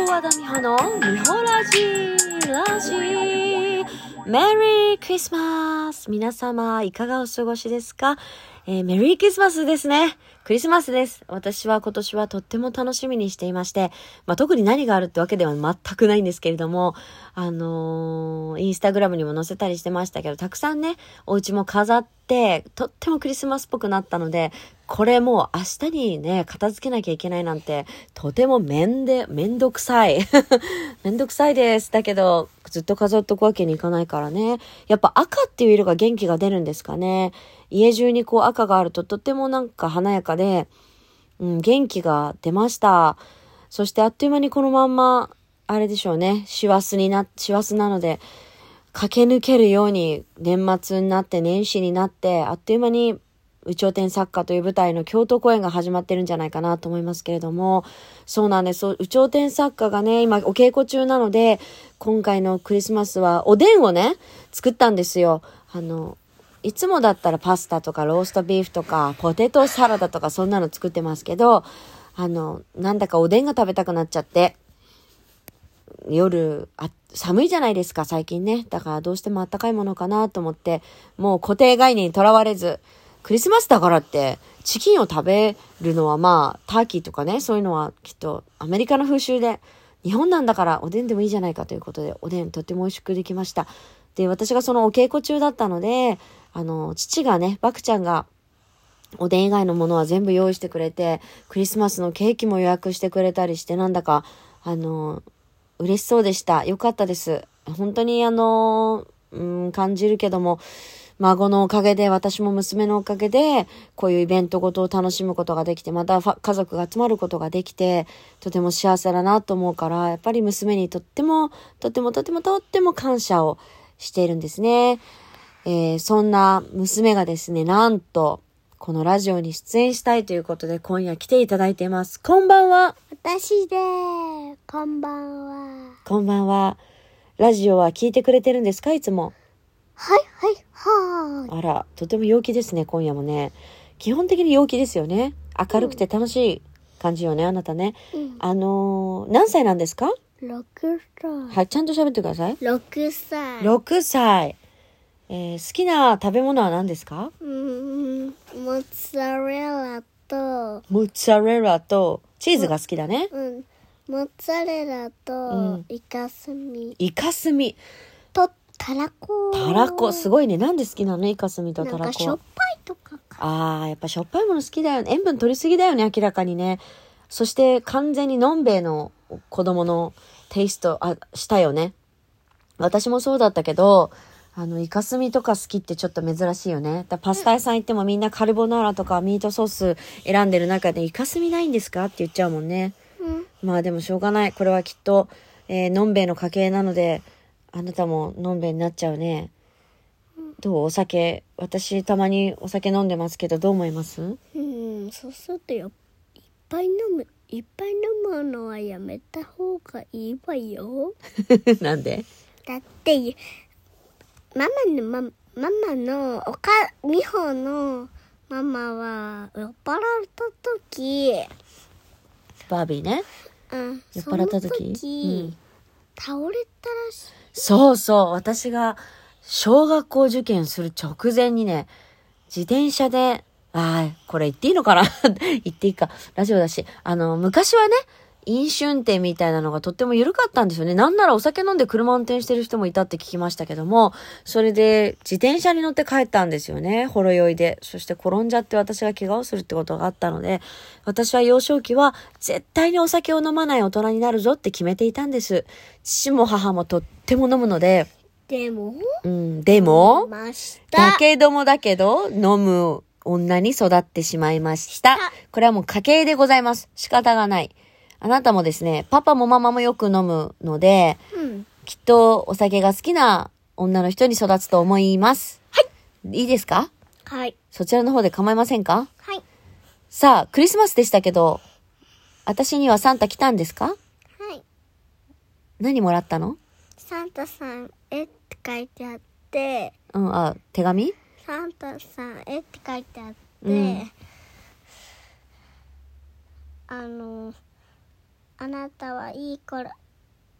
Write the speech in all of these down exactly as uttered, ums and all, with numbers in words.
和田美穂の美穂ラジラジメリークリスマス。皆様いかがお過ごしですか？えー、メリークリスマスですね。クリスマスです。私は今年はとっても楽しみにしていまして、まあ、特に何があるってわけでは全くないんですけれども、あのー、インスタグラムにも載せたりしてましたけど、たくさんね、お家も飾って、とってもクリスマスっぽくなったので、これもう明日にね、片付けなきゃいけないなんて、とてもめんで、めんどくさい。めんどくさいです。だけど、ずっと飾っとくわけにいかないからね。やっぱ赤っていう色が元気が出るんですかね。家中にこう赤があるととってもなんか華やかで、うん、元気が出ました。そしてあっという間にこのまんま、あれでしょうね、師走にな、師走なので、駆け抜けるように年末になって年始になって、あっという間に有頂天作家という舞台の京都公演が始まってるんじゃないかなと思いますけれども、そうなんです。有頂天作家がね、今お稽古中なので、今回のクリスマスはおでんをね、作ったんですよ。あの、いつもだったらパスタとかローストビーフとかポテトサラダとかそんなの作ってますけど、あの、なんだかおでんが食べたくなっちゃって、夜あ、寒いじゃないですか最近ね。だからどうしてもあったかいものかなと思って、もう固定概念にとらわれず、クリスマスだからってチキンを食べるのはまあターキーとかね、そういうのはきっとアメリカの風習で、日本なんだからおでんでもいいじゃないかということで、おでんとっても美味しくできました。で、私がそのお稽古中だったので、あの父がね、バクちゃんがおでん以外のものは全部用意してくれて、クリスマスのケーキも予約してくれたりして、なんだかあの嬉しそうでした。よかったです。本当にあのうん感じるけども、孫のおかげで、私も娘のおかげで、こういうイベントごとを楽しむことができて、また家族が集まることができて、とても幸せだなと思うから、やっぱり娘にとっても、とってもとってもとっても感謝をしているんですね。えー、そんな娘がですね、なんと、このラジオに出演したいということで、今夜来ていただいています。こんばんは。 私でーこんばんは。 こんばんは。ラジオは聞いてくれてるんですか、いつも。 はいはいはーい。 あら、とても陽気ですね、今夜もね。基本的に陽気ですよね。明るくて楽しい感じよね、あなたね。 うん、 あのー、何歳なんですか？ ろくさい。 はい、ちゃんと喋ってください。 ろくさい。 ろくさい。えー、好きな食べ物は何ですか？ うーん、モッツァレラと、 モッツァレラとチーズが好きだね。 うん、モッツァレラうとん、 イカスミイカスミ。 とたらこ。 たらこ、すごいね。なんで好きなの？イカスミとたらこ。 なんかしょっぱいとかか。 あー、やっぱしょっぱいもの好きだよね。塩分取りすぎだよね、明らかにね。そして完全にのんべえの子供のテイスト、あ、したよね。私もそうだったけど、あの、イカスミとか好きってちょっと珍しいよね。だパスタ屋さん行ってもみんなカルボナーラとかミートソース選んでる中でイカスミないんですかって言っちゃうもんね。 うん、 まあでもしょうがない。これはきっと、えーのんべえの家系なので、あなたものんべえになっちゃうね。どう？お酒。私たまにお酒飲んでますけど、どう思います？ うん、そうするとよいっぱい飲む、いっぱい飲むのはやめた方がいいわよ。 なんで？ だってママのマママのおか美穂のママは酔っ払った時、 バービーね。 うん酔っ払った時その時、 うん、 倒れたらしい。 そうそう。私が小学校受験する直前にね、自転車で、ああ、これ言っていいのかな言っていいか。ラジオだし。あの、昔はね、飲酒運転みたいなのがとっても緩かったんですよね。なんならお酒飲んで車運転してる人もいたって聞きましたけども、それで自転車に乗って帰ったんですよね。ほろ酔いで。そして転んじゃって私が怪我をするってことがあったので、私は幼少期は絶対にお酒を飲まない大人になるぞって決めていたんです。父も母もとっても飲むので、 でも、 うん、でも、 ましただけどもだけど、飲む女に育ってしまいました。これはもう家系でございます。仕方がない。あなたもですね、パパもママもよく飲むので、 うん、 きっとお酒が好きな女の人に育つと思います。はい。いいですか？ はい。 そちらの方で構いませんか？ はい。 さあ、クリスマスでしたけど、私にはサンタ来たんですか？ はい。 何もらったの？ サンタさん、えって書いてあって、 うん、あ、手紙？ サンタさん、えって書いてあって、 うん、 あの、あなたはいい子ら、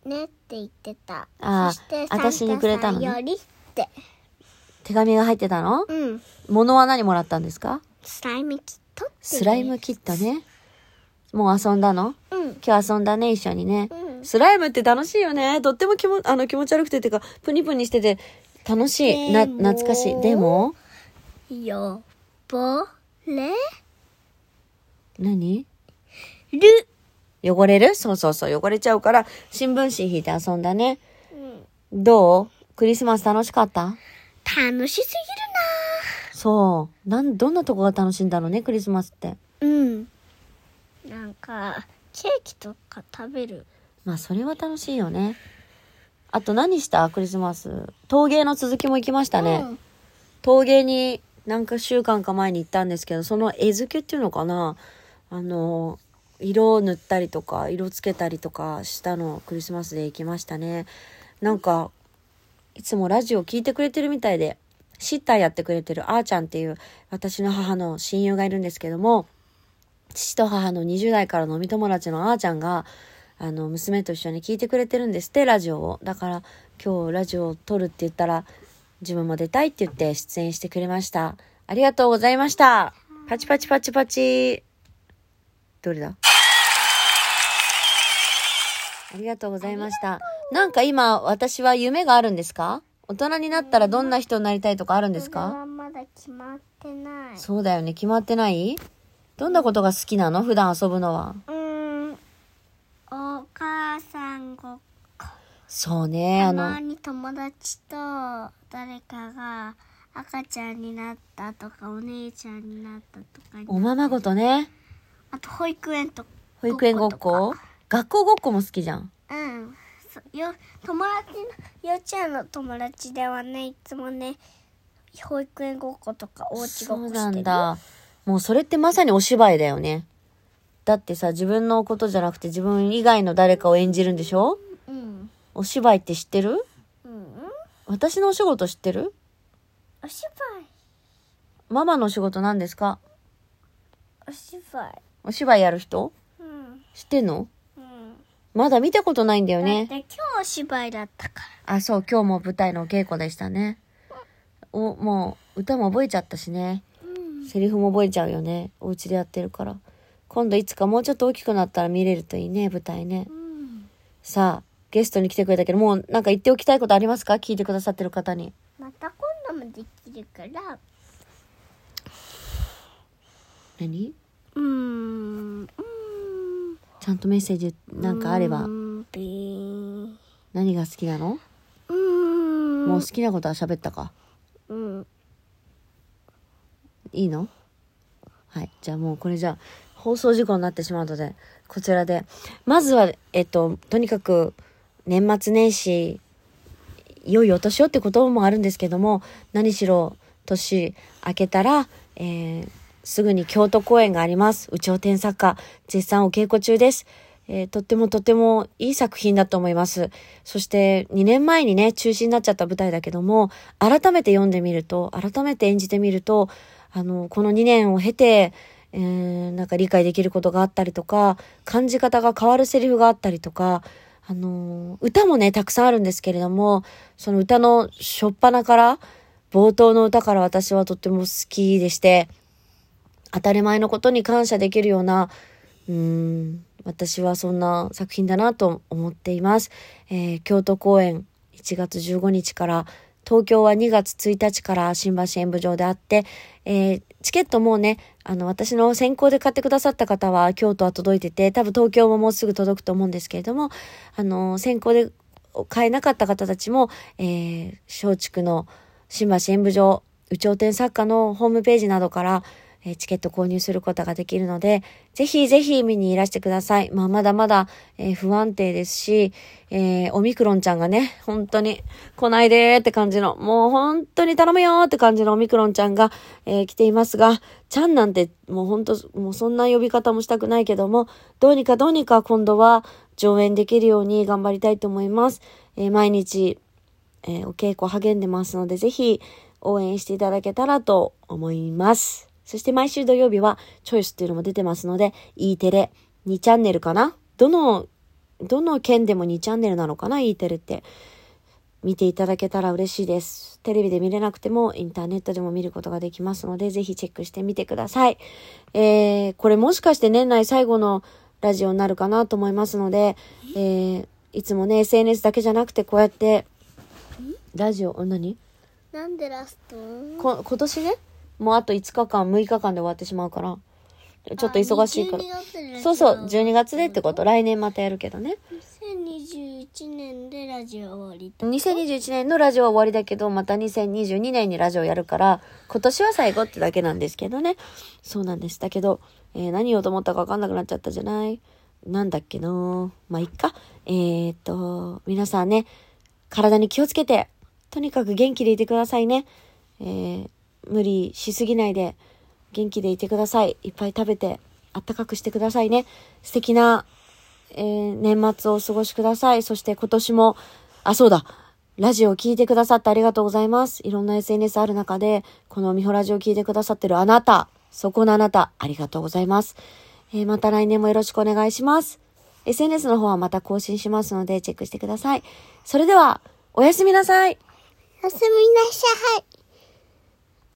ねって言ってた。 ああそして私にくれたのねサンタさんよりって。 手紙が入ってたの？ うん。 物は何もらったんですか？ スライムキットっていう。 スライムキットね。もう遊んだの？ うん。 今日遊んだね、一緒にね。 うん。 スライムって楽しいよね。とっても気も、あの気持ち悪くてっていうか、プニプニしてて楽しい。な、 でも懐かしい。でもよぼれ何？ る。 汚れる？そうそうそう、汚れちゃうから、新聞紙引いて遊んだね。 うん。 どう？クリスマス楽しかった？ 楽しすそう。なん、どんなとこが楽しいんだろうね、クリスマスって。 ぎるな。うん。なんか、ケーキとか食べる。 まあ、それは楽しいよね。あと何した？クリスマス。陶芸の続きも行きましたね。 うん。 陶芸に何か週間か前に行ったんですけど、その絵付けっていうのかな、あの色を塗ったりとか色つけたりとかしたのをクリスマスで行きましたね。なんかいつもラジオ聞いてくれてるみたいで、シッターやってくれてるあーちゃんっていう私の母の親友がいるんですけども、父と母のにじゅう代からの飲み友達のあーちゃんがあの娘と一緒に聞いてくれてるんですって、ラジオを。だから今日ラジオを撮るって言ったら自分も出たいって言って出演してくれました。ありがとうございました。パチパチパチパチ。どれだ？ありがとうございました。なんか今私は夢があるんですか？大人になったらどんな人になりたいとかあるんですそれか？ はまだ決まってない。 そうだよね、決まってない？どんなことが好きなの？普段遊ぶのは。 うーん。お母さんごっこ。 そうね、あたまの、 に友達と誰かが赤ちゃんになったとかお姉ちゃんになったとかにおままごとね。 あと保育園と保育園ごっこ？学校ごっこも好きじゃん。 うんそよ友達の幼稚園の友達ではね、いつもね保育園ごっことかおうちごっこしてる。 そうなんだ。もうそれってまさにお芝居だよね。だってさ、自分のことじゃなくて自分以外の誰かを演じるんでしょ？ うんお芝居って知ってる？ うん私のお仕事知ってる？ お芝居ママのお仕事何ですか？ お芝居お芝居やる人？ うん知ってんの？ うんまだ見たことないんだよだっね。 て今日お芝居だったかあ、そう、今日も舞台のお稽古でしたね。お、もう歌も覚えちゃったしね。 ら。うんセリフも覚えちゃうよね。お家でやってるから。今度いつかもうちょっと大きくなったら見れるといいね、舞台ね。 うんさあ、ゲストに来てくれたけど、もうなんか言っておきたいことありますか？聞いてくださってる方に。 また今度もできるから何？ うーんうーんちゃんとメッセージなんかあれば。 うーんピーン何が好きなの？ うーんもう好きなことは喋ったか？ うんいいの？はい。じゃあもうこれじゃあ放送事故になってしまうので、こちらで。まずは、えっと、とにかく年末年始、良いお年をってこともあるんですけども、何しろ年明けたら、えー、すぐに京都公演があります。有頂天作家、絶賛お稽古中です。えー、とってもとってもいい作品だと思います。そしてにねんまえにね、中止になっちゃった舞台だけども、改めて読んでみると、改めて演じてみると、あの、このにねんを経て、えー、なんか理解できることがあったりとか、感じ方が変わるセリフがあったりとか、あのー、歌もね、たくさんあるんですけれども、その歌の初っ端から、冒頭の歌から私はとっても好きでして、当たり前のことに感謝できるような、うーん、私はそんな作品だなと思っています。えー、京都公演いちがつじゅうごにちから、東京はにがつついたちから新橋演舞場であって、えー、チケットもうね、あの、私の先行で買ってくださった方は京都は届いてて、多分東京ももうすぐ届くと思うんですけれども、あの、先行で買えなかった方たちも、えー、松竹の新橋演舞場、有頂天作家のホームページなどから、えー、チケット購入することができるので、ぜひぜひ見にいらしてください。まあ、まだまだ、えー、不安定ですし、えー、オミクロンちゃんがね、本当に来ないでーって感じの、もう本当に頼むよーって感じのオミクロンちゃんが、えー、来ていますが、ちゃんなんてもう本当、もうそんな呼び方もしたくないけども、どうにかどうにか今度は上演できるように頑張りたいと思います。えー、毎日、えー、お稽古励んでますので、ぜひ応援していただけたらと思います。そして毎週土曜日はチョイスっていうのも出てますので、E テレにチャンネルかな？どのどの県でもにチャンネルなのかな、E テレって。見ていただけたら嬉しいです。テレビで見れなくてもインターネットでも見ることができますので、ぜひチェックしてみてください。えー、これもしかして年内最後のラジオになるかなと思いますので、えー、いつもね、エスエヌエス だけじゃなくてこうやって、ラジオ、何？ なんでラスト？ こ今年ね、もうあといつかかん、むいかかんで終わってしまうから、ちょっと忙しいから。そうそう、じゅうにがつでってこと。来年またやるけどね。 にせんにじゅういちねんでラジオ終わり。 にせんにじゅういちねんのラジオは終わりだけど、またにせんにじゅうにねんにラジオやるから、今年は最後ってだけなんですけどね。そうなんです。だけど、えー、何言おうと思ったか分かんなくなっちゃったじゃない。なんだっけな。まあ、いっか。えーっと、皆さんね、体に気をつけて、とにかく元気でいてくださいね。えー、無理しすぎないで、元気でいてください。いっぱい食べて、あったかくしてくださいね。素敵な、えー、年末をお過ごしください。そして今年も、あ、そうだ。ラジオを聞いてくださってありがとうございます。いろんな エスエヌエス ある中で、このみほラジオを聞いてくださってるあなた、そこのあなた、ありがとうございます。えー、また来年もよろしくお願いします。エスエヌエス の方はまた更新しますので、チェックしてください。それでは、おやすみなさい。 おやすみなさい。